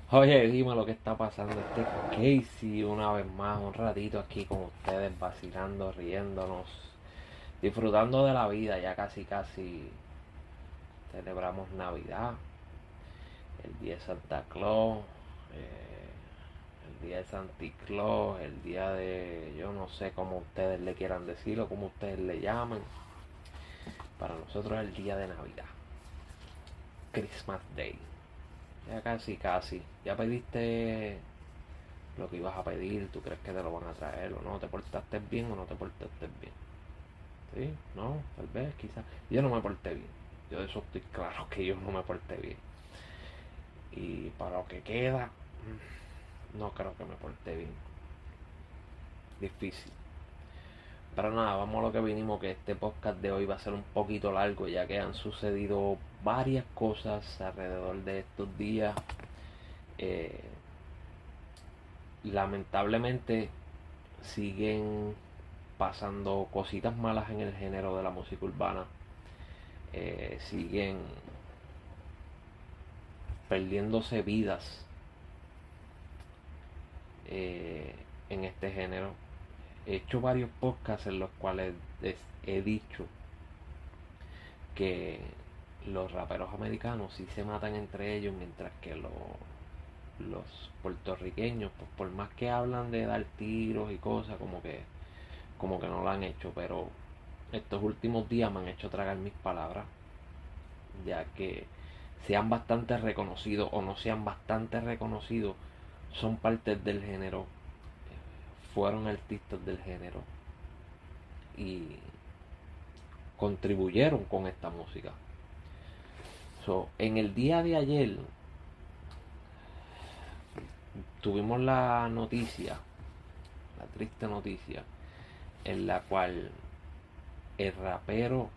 Oye, dime lo que está pasando. Casey, una vez más, un ratito aquí con ustedes, vacilando, riéndonos, disfrutando de la vida. Ya casi, casi celebramos Navidad, el día de Santa Claus, el día de Santa Claus, el día de, yo no sé cómo ustedes le quieran decir o cómo ustedes le llamen. Para nosotros es el día de Navidad, Christmas Day. Ya casi, casi. ¿Ya pediste lo que ibas a pedir? ¿Tú crees que te lo van a traer o no? ¿Te portaste bien o no te portaste bien? ¿Sí? ¿No? Tal vez, quizás. Yo no me porté bien. Yo de eso estoy claro que yo no me porté bien. Y para lo que queda, no creo que me porté bien. Difícil. Pero nada, vamos a lo que vinimos, que este podcast de hoy va a ser un poquito largo, ya que han sucedido varias cosas alrededor de estos días. Eh, Lamentablemente siguen pasando cositas malas en el género de la música urbana. Siguen perdiéndose vidas eh, en este género. He hecho varios podcasts en los cuales he dicho que los raperos americanos sí se matan entre ellos, mientras que los puertorriqueños, pues por más que hablan de dar tiros y cosas, como que no lo han hecho. Pero estos últimos días me han hecho tragar mis palabras, ya que sean bastante reconocidos o no sean bastante reconocidos, son partes del género, fueron artistas del género y contribuyeron con esta música. En el día de ayer tuvimos la noticia, la triste noticia, en la cual el rapero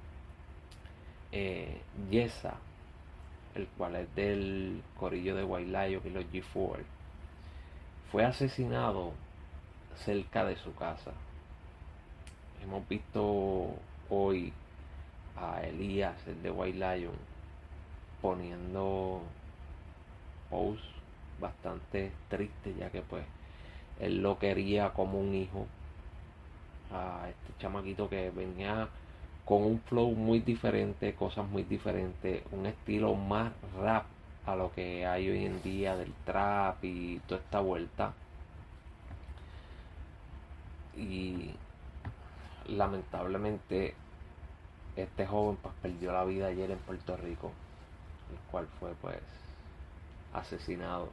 Yesa, el cual es del corillo de White Lion y los G4, fue asesinado cerca de su casa. Hemos visto hoy a Elías, el de White Lion, poniendo posts bastante tristes, ya que pues él lo quería como un hijo, a este chamaquito que venía con un flow muy diferente, cosas muy diferentes, un estilo más rap a lo que hay hoy en día del trap y toda esta vuelta. Y lamentablemente este joven pues perdió la vida ayer en Puerto Rico, el cual fue pues asesinado.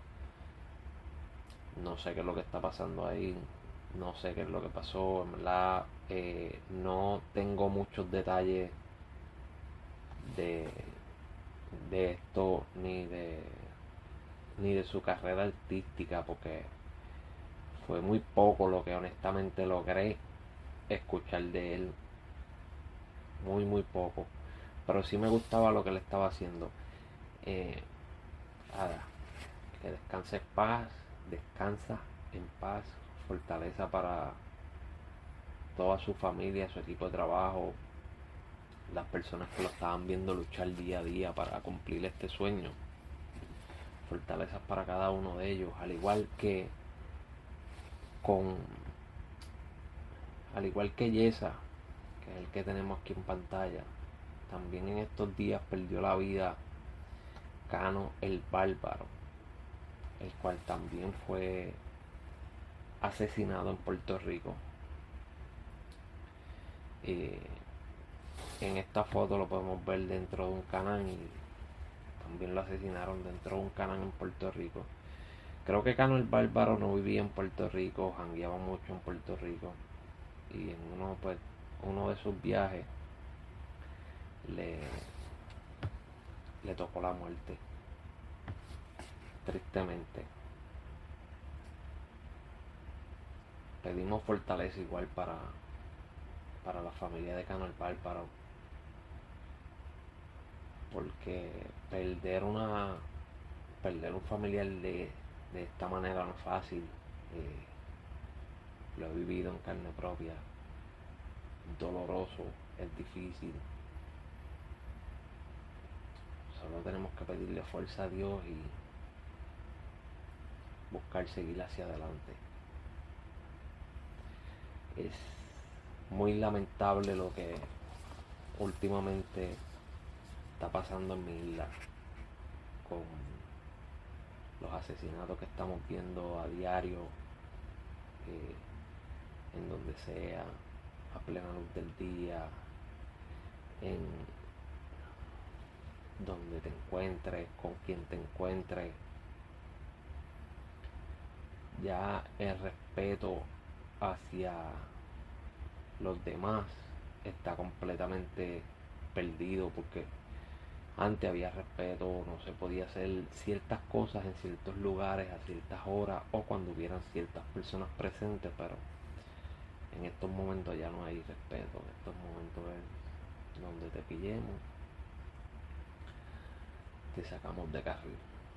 No sé qué es lo que está pasando ahí, no sé qué es lo que pasó, en verdad. No tengo muchos detalles de, de esto, ni de su carrera artística, porque fue muy poco lo que honestamente logré escuchar de él, muy muy poco, pero sí me gustaba lo que le estaba haciendo. Eh, Nada, que descanse en paz, descansa en paz, fortaleza para toda su familia, su equipo de trabajo, las personas que lo estaban viendo luchar día a día para cumplir este sueño. Fortalezas para cada uno de ellos, con al igual que Yesa, que es el que tenemos aquí en pantalla. También en estos días perdió la vida Cano el Bárbaro, el cual también fue asesinado en Puerto Rico. Eh, en esta foto lo podemos ver dentro de un canal y también lo asesinaron dentro de un canal en Puerto Rico. Creo que Cano el Bárbaro no vivía en Puerto Rico, jangueaba mucho en Puerto Rico y en uno de sus viajes le, le tocó la muerte, tristemente. Pedimos fortaleza igual para la familia de Cano el Bárbaro, porque perder un familiar de esta manera no es fácil. Lo he vivido en carne propia, doloroso, es difícil. Solo tenemos que pedirle fuerza a Dios buscar seguir hacia adelante. Es muy lamentable lo que últimamente está pasando en mi isla con los asesinatos que estamos viendo a diario, en donde sea, a plena luz del día, en donde te encuentres, con quien te encuentres. Ya el respeto hacia los demás está completamente perdido, porque antes había respeto, no se podía hacer ciertas cosas en ciertos lugares a ciertas horas o cuando hubieran ciertas personas presentes, pero en estos momentos ya no hay respeto. En estos momentos es donde te pillemos, te sacamos de carril.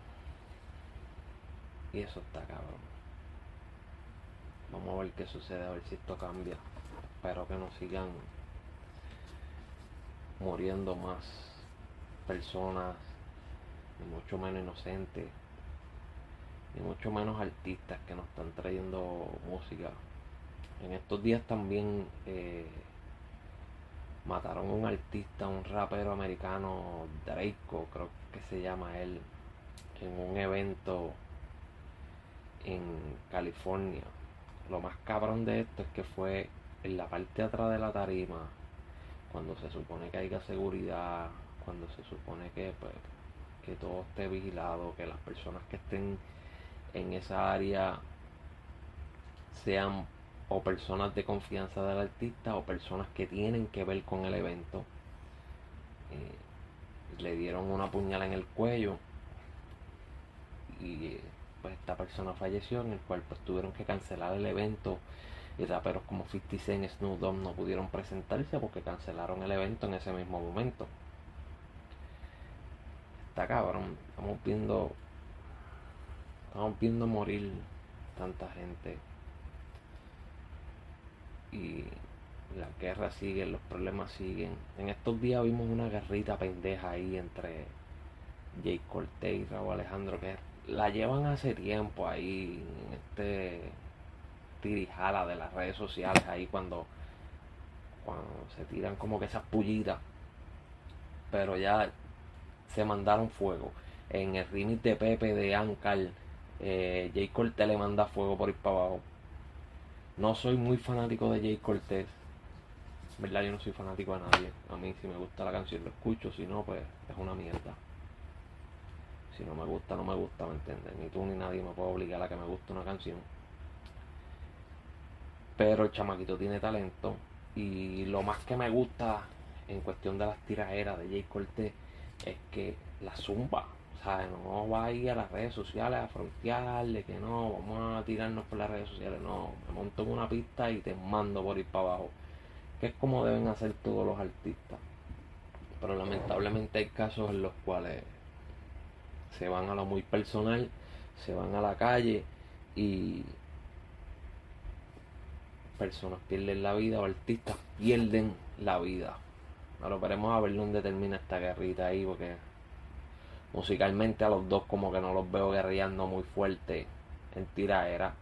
Y eso está cabrón. Vamos a ver qué sucede, a ver si esto cambia. Espero que no sigan muriendo más personas, ni mucho menos inocentes, ni mucho menos artistas que nos están trayendo música. En estos días también mataron a un artista, un rapero americano, Draco, creo que se llama él, en un evento en California. Lo más cabrón de esto es que fue en la parte de atrás de la tarima, cuando se supone que haya seguridad, cuando se supone que, pues, que todo esté vigilado, que las personas que estén en esa área sean o personas de confianza del artista o personas que tienen que ver con el evento. Le dieron una puñalada en el cuello y pues esta persona falleció, en el cual pues tuvieron que cancelar el evento, y raperos como 50 Cent y Snoop Dogg no pudieron presentarse porque cancelaron el evento en ese mismo momento. Está cabrón, estamos viendo morir tanta gente, y la guerra sigue, los problemas siguen. En estos días vimos una guerrita pendeja ahí entre Jay Cortez y Raúl Alejandro, que la llevan hace tiempo ahí en este tirijala de las redes sociales, ahí cuando se tiran como que esas pullitas, pero ya se mandaron fuego. En el remix de Pepe de Ankar, Jay Cortez le manda fuego por ir para abajo. No soy muy fanático de Jay Cortez, verdad, yo no soy fanático de nadie. A mí si me gusta la canción lo escucho, si no pues es una mierda. Si no me gusta, no me gusta, ¿me entiendes? Ni tú ni nadie me puede obligar a que me guste una canción. Pero el chamaquito tiene talento, y lo más que me gusta en cuestión de las tiraderas de Jay Cortez es que la zumba. O sea, no va a ir a las redes sociales a frontear de que no, vamos a tirarnos por las redes sociales. No, me monto en una pista y te mando por ir para abajo, que es como deben hacer todos los artistas. Pero lamentablemente hay casos en los cuales se van a lo muy personal, se van a la calle y personas pierden la vida o artistas pierden la vida. Ahora veremos a ver dónde termina esta guerrita ahí, porque musicalmente a los dos como que no los veo guerreando muy fuerte en tiraera.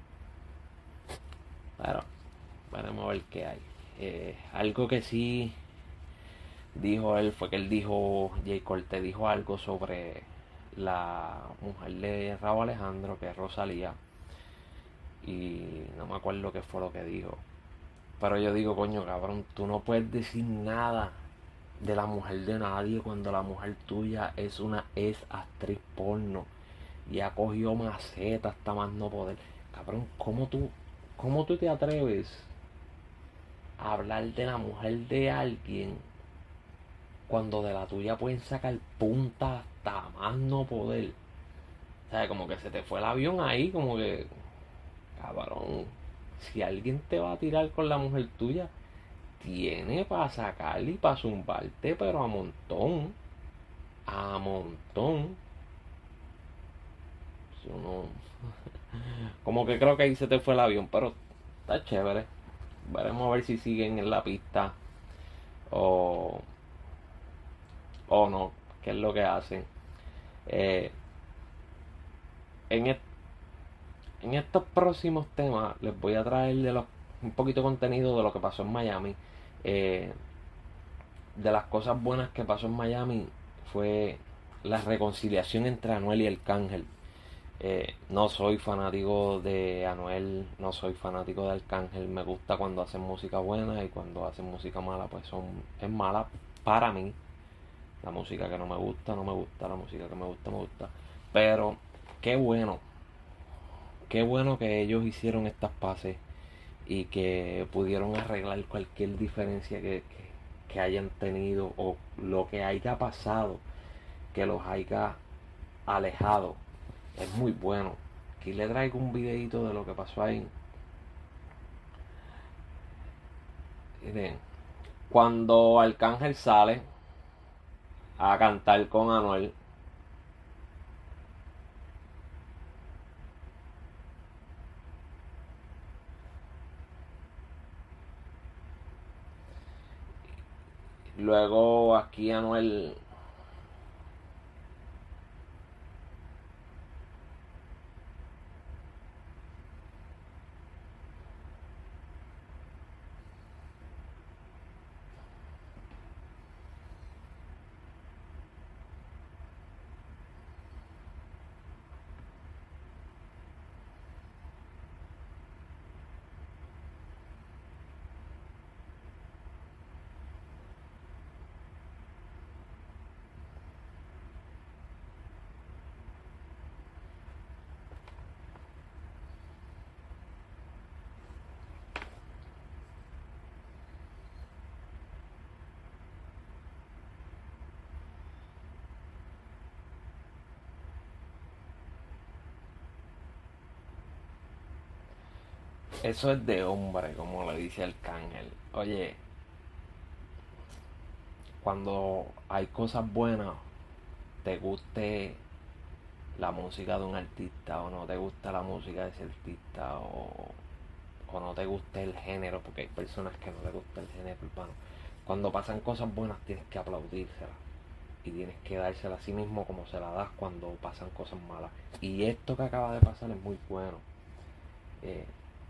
Pero veremos a ver qué hay. Algo que sí dijo él fue que él dijo, Jay Cortez dijo algo sobre la mujer de Raúl Alejandro, que es Rosalía, y no me acuerdo qué fue lo que dijo. Pero yo digo, coño, cabrón, tú no puedes decir nada de la mujer de nadie cuando la mujer tuya es una actriz porno y ha cogido maceta hasta más no poder. Cabrón, ¿cómo tú te atreves a hablar de la mujer de alguien cuando de la tuya pueden sacar punta hasta más no poder? O sea, como que se te fue el avión ahí, como que, cabrón, si alguien te va a tirar con la mujer tuya, tiene para sacarle y para zumbarte, pero a montón. A montón. Yo no. Como que creo que ahí se te fue el avión, pero está chévere. Veremos a ver si siguen en la pista o, o no, qué es lo que hacen. Eh, en En estos próximos temas les voy a traer un poquito de contenido de lo que pasó en Miami. Eh, de las cosas buenas que pasó en Miami fue la reconciliación entre Anuel y Arcángel. No soy fanático de Anuel, no soy fanático de Arcángel. Me gusta cuando hacen música buena y cuando hacen música mala, pues es mala para mí. La música que no me gusta, no me gusta. La música que me gusta, me gusta. Pero qué bueno, qué bueno que ellos hicieron estas paces y que pudieron arreglar cualquier diferencia que hayan tenido o lo que haya pasado, que los haya alejado. Es muy bueno. Aquí le traigo un videito de lo que pasó ahí. Miren, cuando Arcángel sale a cantar con Anuel, luego aquí Anuel, eso es de hombre, como le dice Arcángel. Oye, cuando hay cosas buenas, te guste la música de un artista o no te gusta la música de ese artista o no te gusta el género, porque hay personas que no les gusta el género urbano. Cuando pasan cosas buenas tienes que aplaudírselas y tienes que dársela a sí mismo como se la das cuando pasan cosas malas. Y esto que acaba de pasar es muy bueno, eh,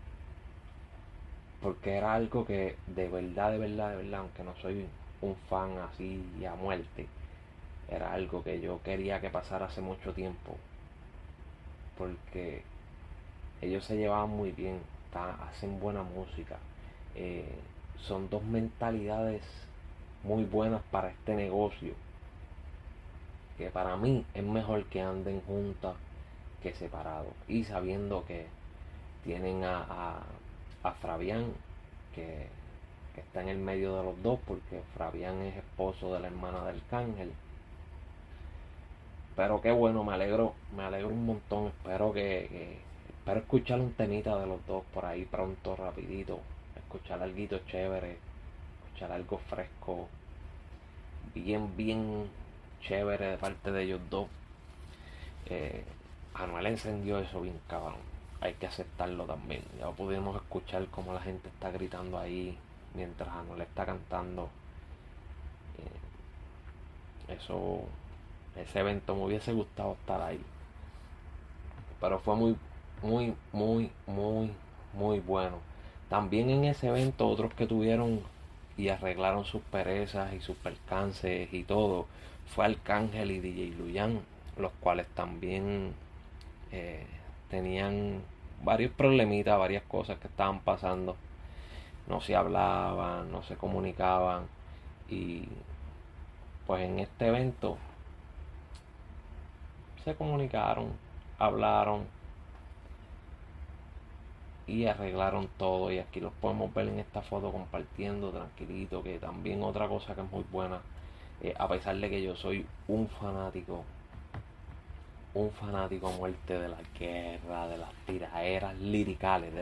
porque era algo que de verdad, de verdad, de verdad, aunque no soy un fan así a muerte, era algo que yo quería que pasara hace mucho tiempo, porque ellos se llevaban muy bien, hacen buena música, eh, son dos mentalidades muy buenas para este negocio, que para mí es mejor que anden juntas que separados, y sabiendo que tienen a Fabián, que, que está en el medio de los dos, porque Fabián es esposo de la hermana del Cángel. Pero qué bueno, me alegro un montón. Espero escuchar un temita de los dos por ahí pronto, rapidito. Escuchar algo chévere, escuchar algo fresco, bien, bien chévere de parte de ellos dos. Eh, Anuel encendió eso bien cabrón. Hay que aceptarlo también. Ya pudimos escuchar cómo la gente está gritando ahí mientras Anuel está cantando. Eso, ese evento me hubiese gustado estar ahí. Pero fue muy, muy, muy, muy, muy bueno. También en ese evento otros que tuvieron y arreglaron sus perezas y sus percances y todo fue Arcángel y DJ Luyan, los cuales también eh, tenían varios problemitas, varias cosas que estaban pasando. No se hablaban, no se comunicaban y pues en este evento se comunicaron, hablaron y arreglaron todo, y aquí los podemos ver en esta foto compartiendo tranquilito, que también otra cosa que es muy buena, a pesar de que yo soy un fanático a muerte de la guerra, de las tiraderas liricales,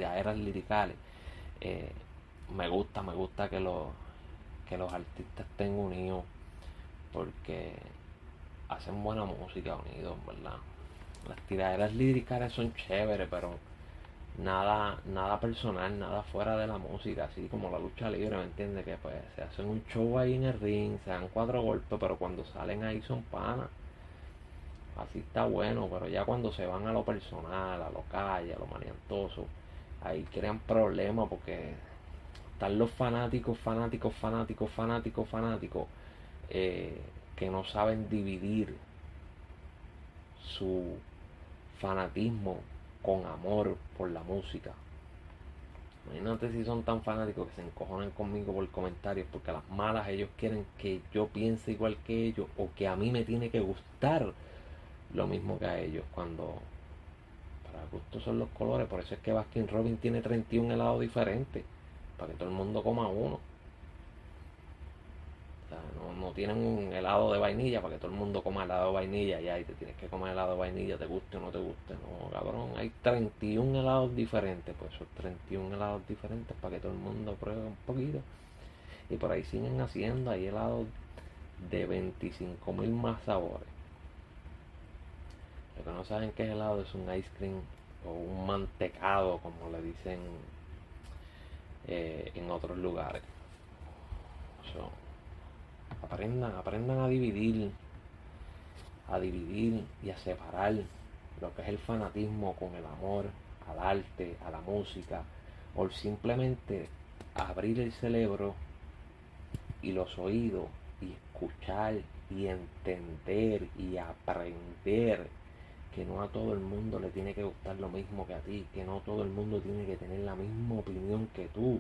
eh, me gusta que los artistas estén unidos, porque hacen buena música unidos, ¿verdad? Las tiraderas liricales son chéveres, pero nada personal, nada fuera de la música, así como la lucha libre, ¿me entiendes? Que pues se hacen un show ahí en el ring, se dan cuatro golpes, pero cuando salen ahí son panas. así está bueno, pero ya cuando se van a lo personal, a lo calle, a lo maniantoso, ahí crean problemas porque están los fanáticos, fanáticos, fanáticos, fanáticos, fanáticos, que no saben dividir su fanatismo con amor por la música. Imagínate si son tan fanáticos que se encojonan conmigo por comentarios porque a las malas ellos quieren que yo piense igual que ellos o que a mí me tiene que gustar lo mismo que a ellos, cuando para gustos son los colores. Por eso es que Baskin Robbins tiene 31 helados diferentes, para que todo el mundo coma uno. O sea, no tienen un helado de vainilla para que todo el mundo coma helado de vainilla ya, y te tienes que comer helado de vainilla, te guste o no te guste. No, cabrón, hay 31 helados diferentes, pues esos 31 helados diferentes para que todo el mundo pruebe un poquito. Y por ahí siguen haciendo, hay helados de 25.000 más sabores. Lo que no saben que es helado es un ice cream o un mantecado, como le dicen en otros lugares. So, aprendan a dividir y a separar lo que es el fanatismo con el amor al arte, a la música, o simplemente abrir el cerebro y los oídos y escuchar y entender y aprender que no a todo el mundo le tiene que gustar lo mismo que a ti, que no todo el mundo tiene que tener la misma opinión que tú.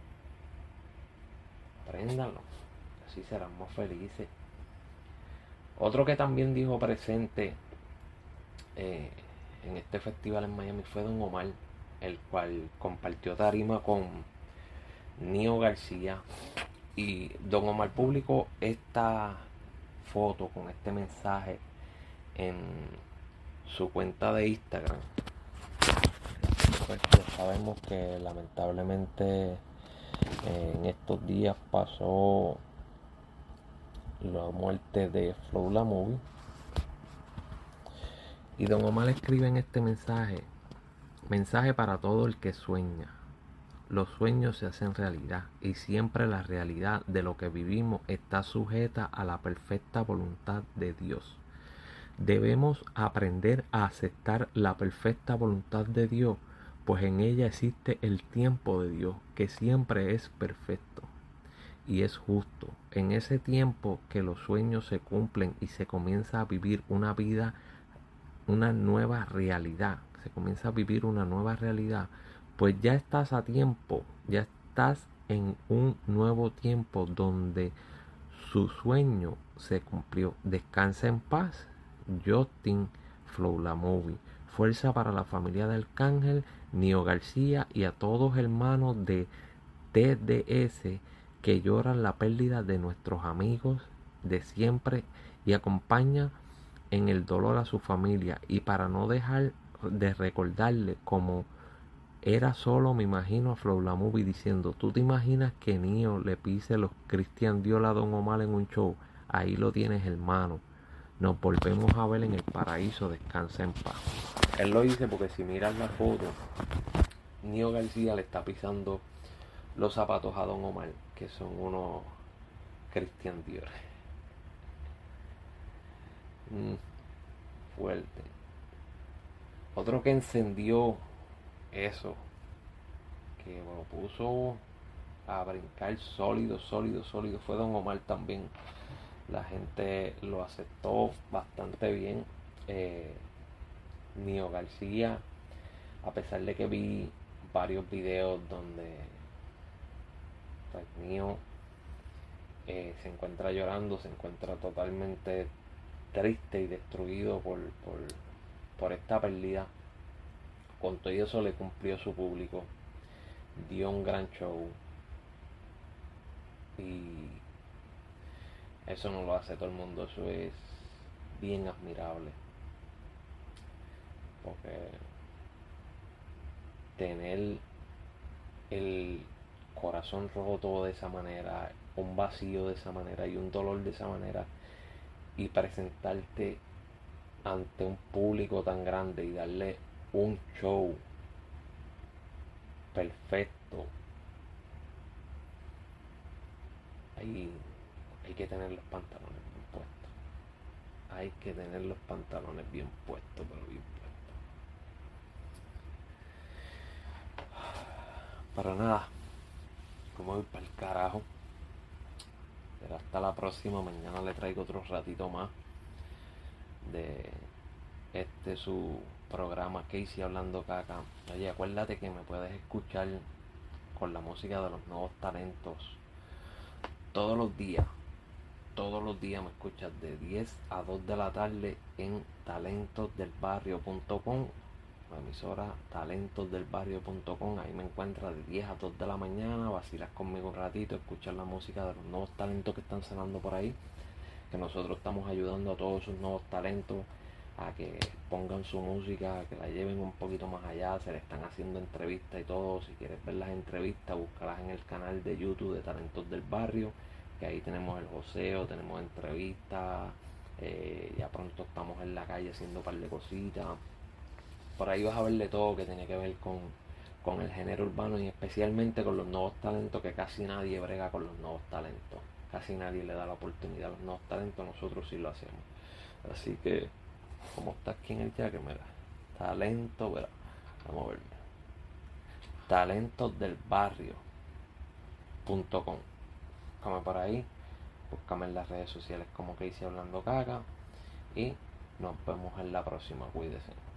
Apréndanlo, así serán más felices. Otro que también dijo presente eh, en este festival en Miami fue Don Omar, el cual compartió tarima con Nio García, y Don Omar publicó esta foto con este mensaje en su cuenta de Instagram. Pues ya sabemos que lamentablemente en estos días pasó la muerte de Flow La Movie, y Don Omar escribe en este mensaje para todo el que sueña. Los sueños se hacen realidad y siempre la realidad de lo que vivimos está sujeta a la perfecta voluntad de Dios. Debemos aprender a aceptar la perfecta voluntad de Dios, pues en ella existe el tiempo de Dios, que siempre es perfecto y es justo. En ese tiempo que los sueños se cumplen y se comienza a vivir una vida, una nueva realidad, se comienza a vivir una nueva realidad, pues ya estás a tiempo, ya estás en un nuevo tiempo donde su sueño se cumplió. Descansa en paz, Justin Flow La Movie. Fuerza para la familia de Arcángel, Nio García y a todos hermanos de TDS que lloran la pérdida de nuestros amigos de siempre y acompaña en el dolor a su familia, y para no dejar de recordarle como era solo, me imagino a Flow La Movie diciendo: ¿tú te imaginas que Nio le pise los Christian Dior a Don Omar en un show? Ahí lo tienes, hermano. Nos volvemos a ver en el paraíso, descansa en paz. Él lo dice porque si miras la foto, Nio García le está pisando los zapatos a Don Omar, que son unos Christian Dior. Fuerte. Otro que encendió eso, que lo puso a brincar sólido, sólido, sólido, fue Don Omar también. La gente lo aceptó bastante bien. Nio García, a pesar de que vi varios videos donde pues, Nio se encuentra llorando, se encuentra totalmente triste y destruido por esta pérdida, con todo eso le cumplió su público, dio un gran show, y eso no lo hace todo el mundo. Eso es bien admirable, porque tener el corazón roto de esa manera, un vacío de esa manera y un dolor de esa manera, y presentarte ante un público tan grande y darle un show perfecto, hay que tener los pantalones bien puestos. hay que tener los pantalones bien puestos, pero bien puestos. Para nada, como voy para el carajo. Pero hasta la próxima, mañana le traigo otro ratito más de su programa Casey Hablando Caca. Oye, acuérdate que me puedes escuchar con la música de los nuevos talentos todos los días. Todos los días me escuchas de 10 a 2 de la tarde en talentosdelbarrio.com, la emisora talentosdelbarrio.com. Ahí me encuentras de 10 a 2 de la mañana, vacilas conmigo un ratito, escuchar la música de los nuevos talentos que están sonando por ahí, que nosotros estamos ayudando a todos esos nuevos talentos a que pongan su música, a que la lleven un poquito más allá. Se le están haciendo entrevistas y todo. Si quieres ver las entrevistas, búscalas en el canal de YouTube de Talentos del Barrio, que ahí tenemos el joseo, tenemos entrevistas, ya pronto estamos en la calle haciendo un par de cositas. Por ahí vas a ver de todo que tiene que ver con el género urbano y especialmente con los nuevos talentos, que casi nadie brega con los nuevos talentos. Casi nadie le da la oportunidad a los nuevos talentos, nosotros sí lo hacemos. Así que, como está aquí en el jaque, mira, talento, verá, vamos a ver, talentosdelbarrio.com. Come por ahí, búscame en las redes sociales como Casey Hablando Caca y nos vemos en la próxima, cuídese.